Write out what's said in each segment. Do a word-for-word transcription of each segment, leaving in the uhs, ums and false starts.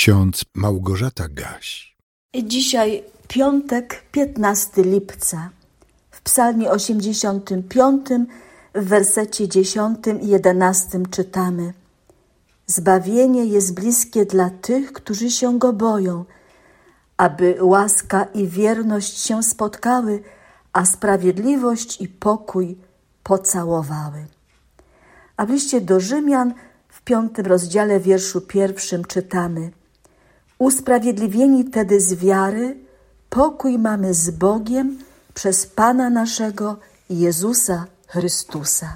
ksiądz Małgorzata Gaś. Dzisiaj piątek, piętnastego lipca. W psalmie osiemdziesiątym piątym w wersecie dziesiątym i jedenastym czytamy: Zbawienie jest bliskie dla tych, którzy się Go boją, aby łaska i wierność się spotkały, a sprawiedliwość i pokój pocałowały. A w liście do Rzymian w piątym rozdziale wierszu pierwszym czytamy: Usprawiedliwieni tedy z wiary, pokój mamy z Bogiem przez Pana naszego Jezusa Chrystusa.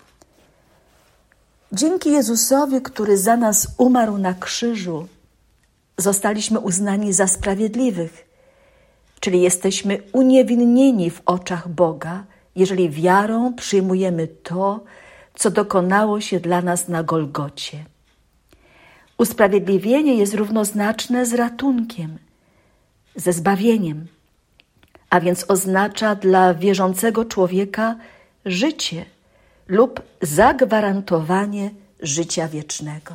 Dzięki Jezusowi, który za nas umarł na krzyżu, zostaliśmy uznani za sprawiedliwych, czyli jesteśmy uniewinnieni w oczach Boga, jeżeli wiarą przyjmujemy to, co dokonało się dla nas na Golgocie. Usprawiedliwienie jest równoznaczne z ratunkiem, ze zbawieniem, a więc oznacza dla wierzącego człowieka życie lub zagwarantowanie życia wiecznego.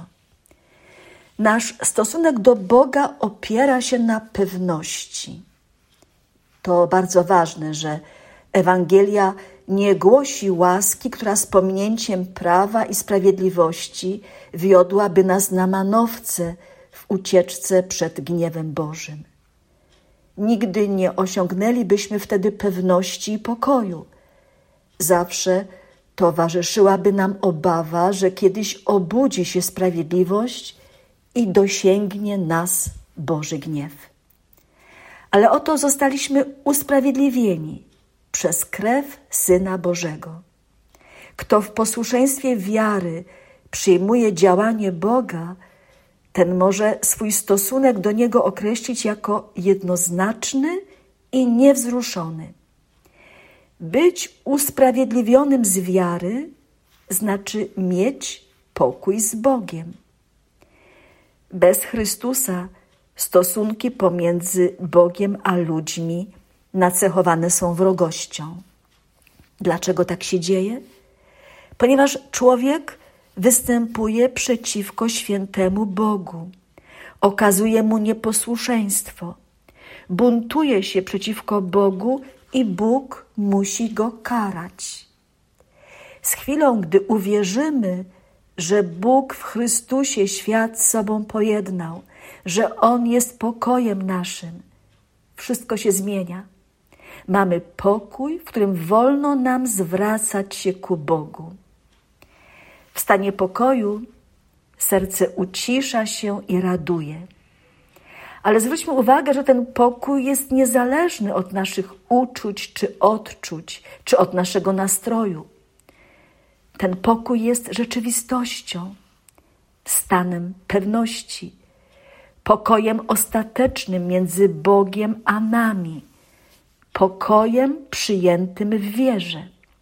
Nasz stosunek do Boga opiera się na pewności. To bardzo ważne, że Ewangelia nie głosi łaski, która z pominięciem prawa i sprawiedliwości wiodłaby nas na manowce w ucieczce przed gniewem Bożym. Nigdy nie osiągnęlibyśmy wtedy pewności i pokoju. Zawsze towarzyszyłaby nam obawa, że kiedyś obudzi się sprawiedliwość i dosięgnie nas Boży gniew. Ale oto zostaliśmy usprawiedliwieni przez krew Syna Bożego. Kto w posłuszeństwie wiary przyjmuje działanie Boga, ten może swój stosunek do Niego określić jako jednoznaczny i niewzruszony. Być usprawiedliwionym z wiary znaczy mieć pokój z Bogiem. Bez Chrystusa stosunki pomiędzy Bogiem a ludźmi nacechowane są wrogością. Dlaczego tak się dzieje? Ponieważ człowiek występuje przeciwko świętemu Bogu, okazuje Mu nieposłuszeństwo, buntuje się przeciwko Bogu i Bóg musi go karać. Z chwilą, gdy uwierzymy, że Bóg w Chrystusie świat z sobą pojednał, że On jest pokojem naszym, wszystko się zmienia. Mamy pokój, w którym wolno nam zwracać się ku Bogu. W stanie pokoju serce ucisza się i raduje. Ale zwróćmy uwagę, że ten pokój jest niezależny od naszych uczuć czy odczuć, czy od naszego nastroju. Ten pokój jest rzeczywistością, stanem pewności, pokojem ostatecznym między Bogiem a nami, pokojem przyjętym w wierze.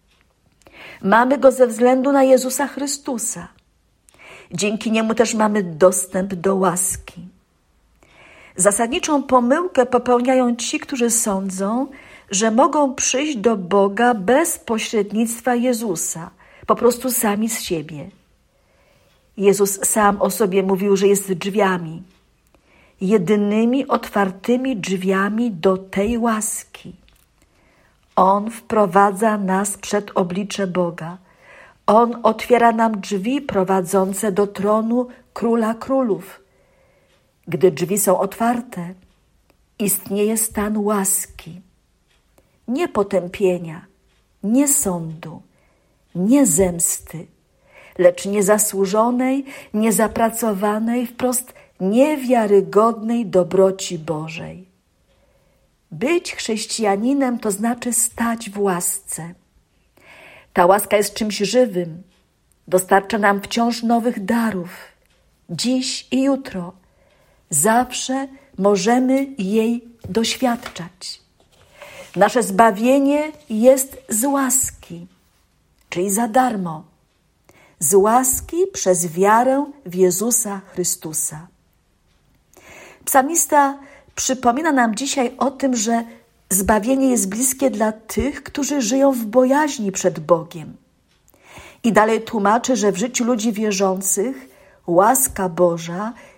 Mamy go ze względu na Jezusa Chrystusa. Dzięki Niemu też mamy dostęp do łaski. Zasadniczą pomyłkę popełniają ci, którzy sądzą, że mogą przyjść do Boga bez pośrednictwa Jezusa, po prostu sami z siebie. Jezus sam o sobie mówił, że jest drzwiami, jedynymi otwartymi drzwiami do tej łaski. On wprowadza nas przed oblicze Boga. On otwiera nam drzwi prowadzące do tronu Króla Królów. Gdy drzwi są otwarte, istnieje stan łaski. Nie potępienia, nie sądu, nie zemsty, lecz niezasłużonej, niezapracowanej, wprost niewiarygodnej dobroci Bożej. Być chrześcijaninem to znaczy stać w łasce. Ta łaska jest czymś żywym, dostarcza nam wciąż nowych darów, dziś i jutro. Zawsze możemy jej doświadczać. Nasze zbawienie jest z łaski, czyli za darmo. Z łaski przez wiarę w Jezusa Chrystusa. Psalmista przypomina nam dzisiaj o tym, że zbawienie jest bliskie dla tych, którzy żyją w bojaźni przed Bogiem. I dalej tłumaczy, że w życiu ludzi wierzących łaska Boża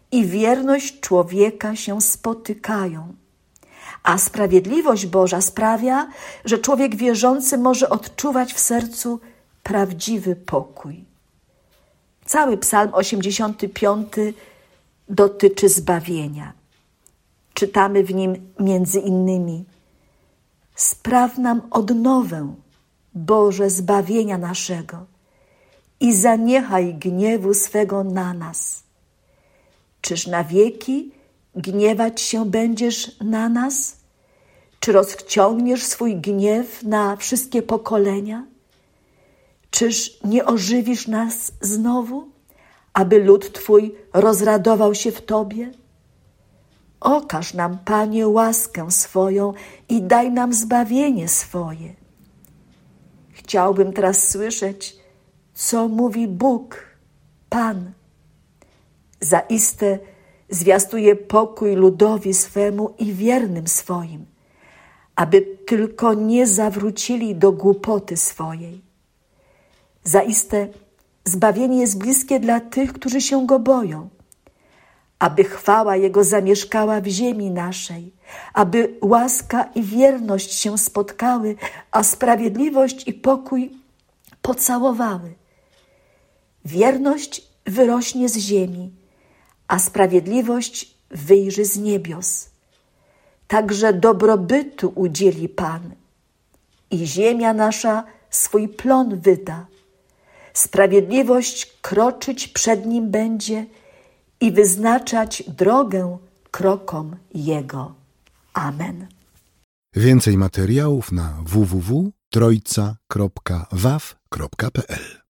i wierność człowieka się spotykają, a sprawiedliwość Boża sprawia, że człowiek wierzący może odczuwać w sercu prawdziwy pokój. Cały Psalm osiemdziesiąty piąty dotyczy zbawienia. Czytamy w nim między innymi: spraw nam odnowę, Boże, zbawienia naszego i zaniechaj gniewu swego na nas. Czyż na wieki gniewać się będziesz na nas? Czy rozciągniesz swój gniew na wszystkie pokolenia? Czyż nie ożywisz nas znowu, aby lud Twój rozradował się w Tobie? Okaż nam, Panie, łaskę swoją i daj nam zbawienie swoje. Chciałbym teraz słyszeć, co mówi Bóg, Pan. Zaiste zwiastuje pokój ludowi swemu i wiernym swoim, aby tylko nie zawrócili do głupoty swojej. Zaiste zbawienie jest bliskie dla tych, którzy się Go boją, aby chwała Jego zamieszkała w ziemi naszej, aby łaska i wierność się spotkały, a sprawiedliwość i pokój pocałowały. Wierność wyrośnie z ziemi, a sprawiedliwość wyjrzy z niebios. Także dobrobytu udzieli Pan i ziemia nasza swój plon wyda. Sprawiedliwość kroczyć przed Nim będzie i wyznaczać drogę krokom Jego. Amen. Więcej materiałów na w w w kropka trojca kropka w a w kropka p l.